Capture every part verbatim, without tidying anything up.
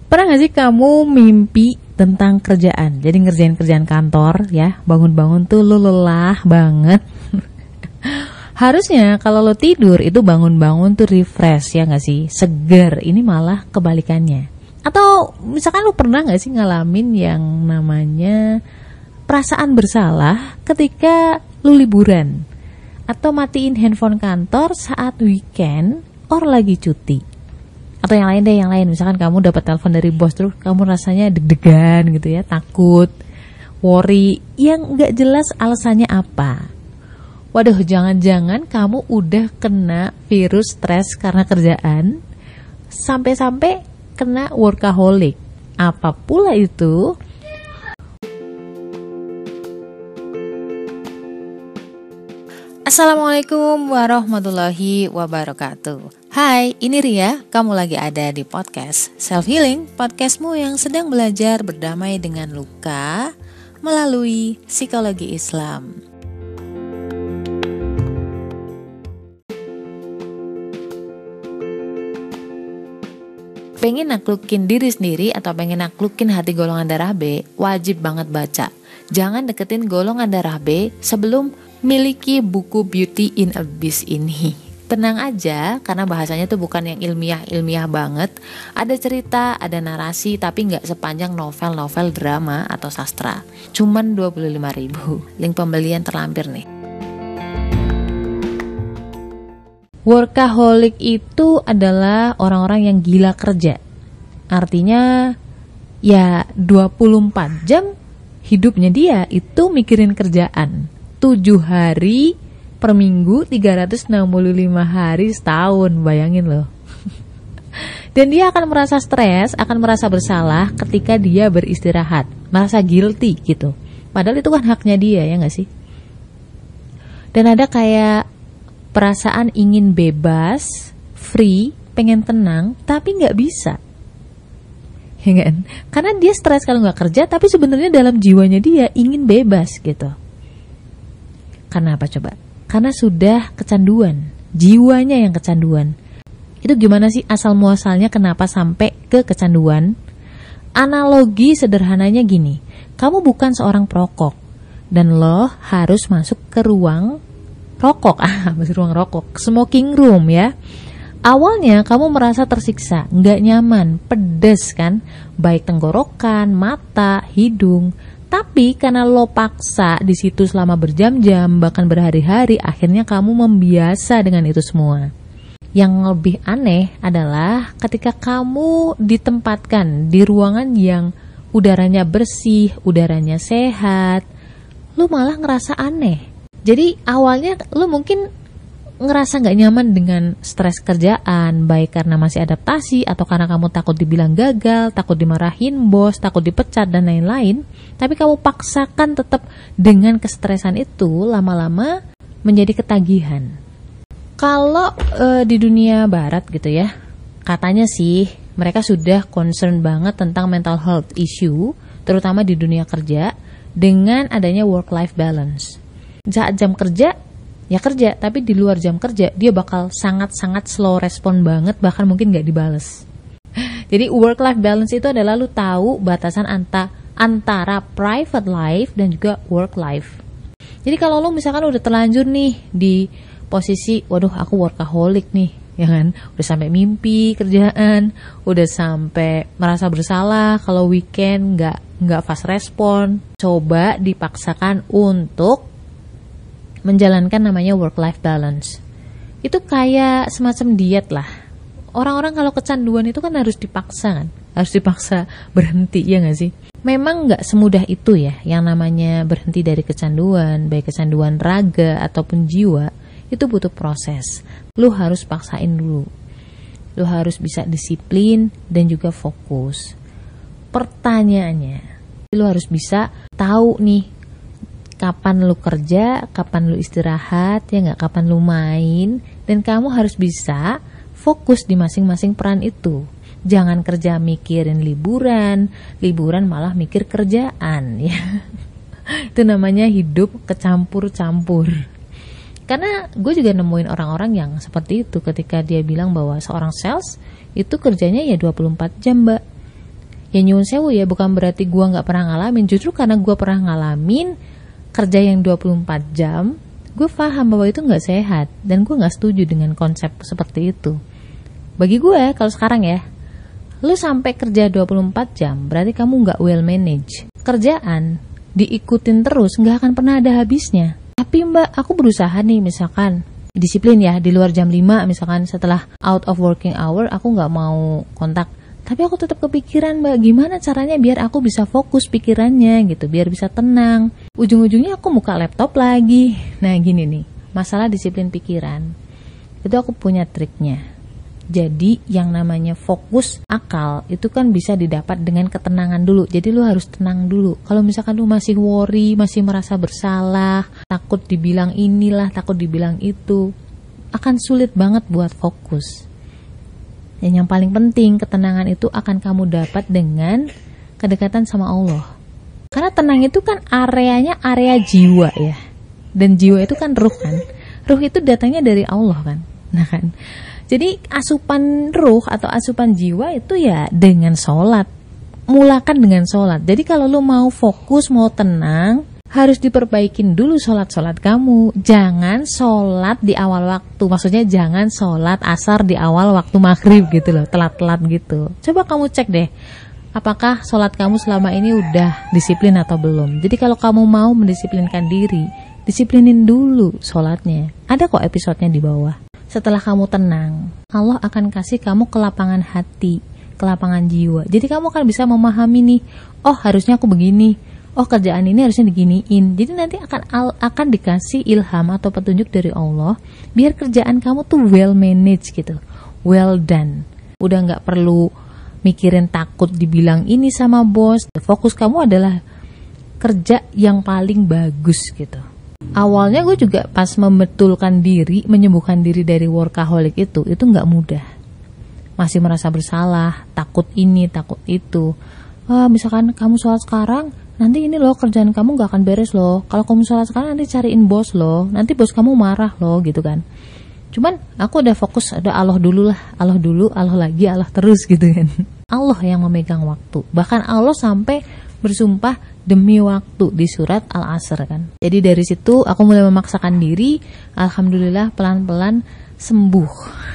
Pernah gak sih kamu mimpi tentang kerjaan? Jadi ngerjain kerjaan kantor ya, bangun-bangun tuh lo lelah banget. Harusnya kalau lo tidur itu bangun-bangun tuh refresh ya gak sih, seger. Ini malah kebalikannya. Atau misalkan lo pernah gak sih ngalamin yang namanya perasaan bersalah ketika lo liburan, atau matiin handphone kantor saat weekend or lagi cuti. Atau yang lain deh, yang lain. Misalkan kamu dapat telepon dari bos terus kamu rasanya deg-degan gitu ya, takut, worry, yang gak jelas alasannya apa. Waduh, jangan-jangan kamu udah kena virus stres karena kerjaan, sampai-sampai kena workaholic. Apa pula itu? Assalamualaikum warahmatullahi wabarakatuh. Hai, ini Ria, kamu lagi ada di podcast Self Healing, podcastmu yang sedang belajar berdamai dengan luka melalui psikologi Islam. Pengen naklukin diri sendiri atau pengen naklukin hati golongan darah B, wajib banget baca. Jangan deketin golongan darah B sebelum miliki buku Beauty in Abyss ini. Tenang aja, karena bahasanya tuh bukan yang ilmiah-ilmiah banget. Ada cerita, ada narasi, tapi gak sepanjang novel-novel drama atau sastra. Cuman dua puluh lima ribu. Link pembelian terlampir nih. Workaholic itu adalah orang-orang yang gila kerja. Artinya ya dua puluh empat jam hidupnya dia itu mikirin kerjaan. tujuh hari per minggu, tiga ratus enam puluh lima hari setahun, bayangin loh. Dan dia akan merasa stres, akan merasa bersalah ketika dia beristirahat, merasa guilty gitu. Padahal itu kan haknya dia, ya gak sih? Dan ada kayak perasaan ingin bebas, free, pengen tenang, tapi gak bisa. Ya kan? Karena dia stres kalau gak kerja, tapi sebenarnya dalam jiwanya dia ingin bebas gitu. Karena apa coba? Karena sudah kecanduan, jiwanya yang kecanduan. Itu gimana sih asal muasalnya kenapa sampai ke kecanduan? Analogi sederhananya gini, kamu bukan seorang perokok dan lo harus masuk ke ruang rokok, ah masih ruang rokok, smoking room ya. Awalnya kamu merasa tersiksa, nggak nyaman, pedes kan, baik tenggorokan, mata, hidung. Tapi karena lo paksa di situ selama berjam-jam, bahkan berhari-hari, akhirnya kamu membiasa dengan itu semua. Yang lebih aneh adalah ketika kamu ditempatkan di ruangan yang udaranya bersih, udaranya sehat, lo malah ngerasa aneh. Jadi awalnya lo mungkin ngerasa gak nyaman dengan stres kerjaan, baik karena masih adaptasi atau karena kamu takut dibilang gagal, takut dimarahin bos, takut dipecat dan lain-lain. Tapi kamu paksakan tetap dengan kestresan itu, lama-lama menjadi ketagihan. Kalau e, di dunia barat gitu ya, katanya sih mereka sudah concern banget tentang mental health issue, terutama di dunia kerja, dengan adanya work-life balance. Saat jam kerja ya kerja, tapi di luar jam kerja dia bakal sangat-sangat slow respon banget, bahkan mungkin gak dibales. Jadi work-life balance itu adalah lu tahu batasan anta, antara private life dan juga work life. Jadi kalau lu misalkan udah terlanjur nih di posisi, waduh aku workaholic nih, ya kan, udah sampai mimpi kerjaan, udah sampai merasa bersalah kalau weekend gak, gak fast respon, coba dipaksakan untuk menjalankan namanya work-life balance. Itu kayak semacam diet lah. Orang-orang kalau kecanduan itu kan harus dipaksa kan, harus dipaksa berhenti, ya gak sih? Memang gak semudah itu ya, yang namanya berhenti dari kecanduan, baik kecanduan raga ataupun jiwa, itu butuh proses. Lu harus paksain dulu. Lu harus bisa disiplin dan juga fokus. Pertanyaannya, lu harus bisa tahu nih kapan lu kerja, kapan lu istirahat, ya nggak, kapan lu main, dan kamu harus bisa fokus di masing-masing peran itu. Jangan kerja mikirin liburan, liburan malah mikir kerjaan, ya. Itu namanya hidup kecampur-campur. Karena gue juga nemuin orang-orang yang seperti itu ketika dia bilang bahwa seorang sales itu kerjanya ya dua puluh empat jam, Mbak. Ya nyuwun sewu ya, bukan berarti gue gak pernah ngalamin. Justru karena gue pernah ngalamin kerja yang dua puluh empat jam, gue paham bahwa itu gak sehat. Dan gue gak setuju dengan konsep seperti itu. Bagi gue kalau sekarang ya, lu sampai kerja dua puluh empat jam berarti kamu gak well manage. Kerjaan diikutin terus gak akan pernah ada habisnya. Tapi mbak, aku berusaha nih misalkan disiplin ya, di luar jam lima misalkan setelah out of working hour aku gak mau kontak. Tapi aku tetap kepikiran mbak, gimana caranya biar aku bisa fokus pikirannya gitu, biar bisa tenang. Ujung-ujungnya aku buka laptop lagi. Nah gini nih, masalah disiplin pikiran itu aku punya triknya. Jadi yang namanya fokus akal itu kan bisa didapat dengan ketenangan dulu. Jadi lu harus tenang dulu. Kalau misalkan lu masih worry, masih merasa bersalah, takut dibilang inilah, takut dibilang itu, akan sulit banget buat fokus. Dan yang paling penting, ketenangan itu akan kamu dapat dengan kedekatan sama Allah. Karena tenang itu kan areanya area jiwa ya. Dan jiwa itu kan ruh kan. Ruh itu datangnya dari Allah kan. Nah kan. Jadi asupan ruh atau asupan jiwa itu ya dengan sholat. Mulakan dengan sholat. Jadi kalau lu mau fokus, mau tenang, harus diperbaikin dulu sholat-sholat kamu. Jangan sholat di awal waktu. Maksudnya jangan sholat asar di awal waktu maghrib gitu loh, telat-telat gitu. Coba kamu cek deh, apakah sholat kamu selama ini udah disiplin atau belum. Jadi kalau kamu mau mendisiplinkan diri, disiplinin dulu sholatnya. Ada kok episodenya di bawah. Setelah kamu tenang, Allah akan kasih kamu kelapangan hati, kelapangan jiwa. Jadi kamu akan bisa memahami nih, oh harusnya aku begini, oh kerjaan ini harusnya diginiin. Jadi nanti akan akan dikasih ilham atau petunjuk dari Allah biar kerjaan kamu tuh well managed gitu, well done. Udah nggak perlu mikirin takut dibilang ini sama bos. Fokus kamu adalah kerja yang paling bagus gitu. Awalnya gue juga pas membetulkan diri, menyembuhkan diri dari workaholic itu, itu nggak mudah. Masih merasa bersalah, takut ini, takut itu. Wah, misalkan kamu sholat sekarang, nanti ini loh kerjaan kamu gak akan beres loh. Kalau kamu sholat sekarang nanti cariin bos loh, nanti bos kamu marah loh gitu kan. Cuman aku udah fokus, ada Allah dulu lah, Allah dulu, Allah lagi, Allah terus gitu kan. Allah yang memegang waktu. Bahkan Allah sampai bersumpah demi waktu di surat Al-Asr kan. Jadi dari situ aku mulai memaksakan diri, alhamdulillah pelan-pelan sembuh.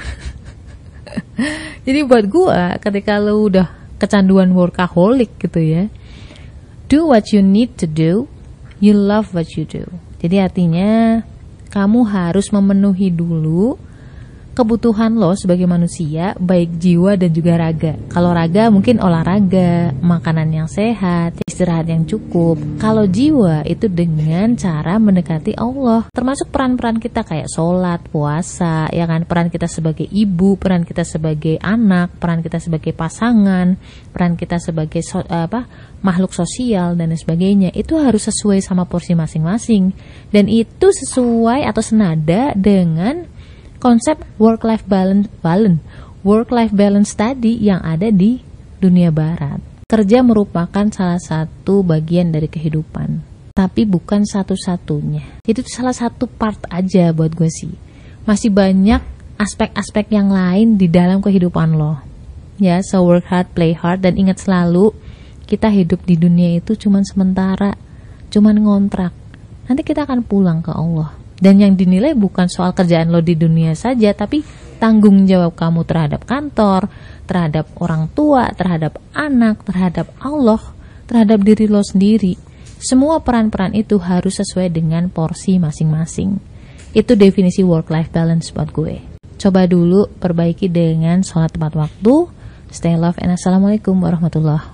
Jadi buat gua ketika lu udah kecanduan workaholic gitu ya, do what you need to do, you love what you do. Jadi artinya kamu harus memenuhi dulu kebutuhan lo sebagai manusia, baik jiwa dan juga raga. Kalau raga mungkin olahraga, makanan yang sehat, istirahat yang cukup. Kalau jiwa itu dengan cara mendekati Allah. Termasuk peran-peran kita kayak sholat, puasa, ya kan, peran kita sebagai ibu, peran kita sebagai anak, peran kita sebagai pasangan, peran kita sebagai so, apa, makhluk sosial dan sebagainya. Itu harus sesuai sama porsi masing-masing. Dan itu sesuai atau senada dengan konsep work-life balance, balance, work-life balance tadi yang ada di dunia barat. Kerja merupakan salah satu bagian dari kehidupan, tapi bukan satu-satunya. Itu salah satu part aja buat gue sih. Masih banyak aspek-aspek yang lain di dalam kehidupan lo. Ya, so work hard, play hard, dan ingat selalu kita hidup di dunia itu cuman sementara, cuman ngontrak. Nanti kita akan pulang ke Allah. Dan yang dinilai bukan soal kerjaan lo di dunia saja, tapi tanggung jawab kamu terhadap kantor, terhadap orang tua, terhadap anak, terhadap Allah, terhadap diri lo sendiri. Semua peran-peran itu harus sesuai dengan porsi masing-masing. Itu definisi work-life balance buat gue. Coba dulu perbaiki dengan sholat tepat waktu. Stay love and assalamualaikum warahmatullahi wabarakatuh.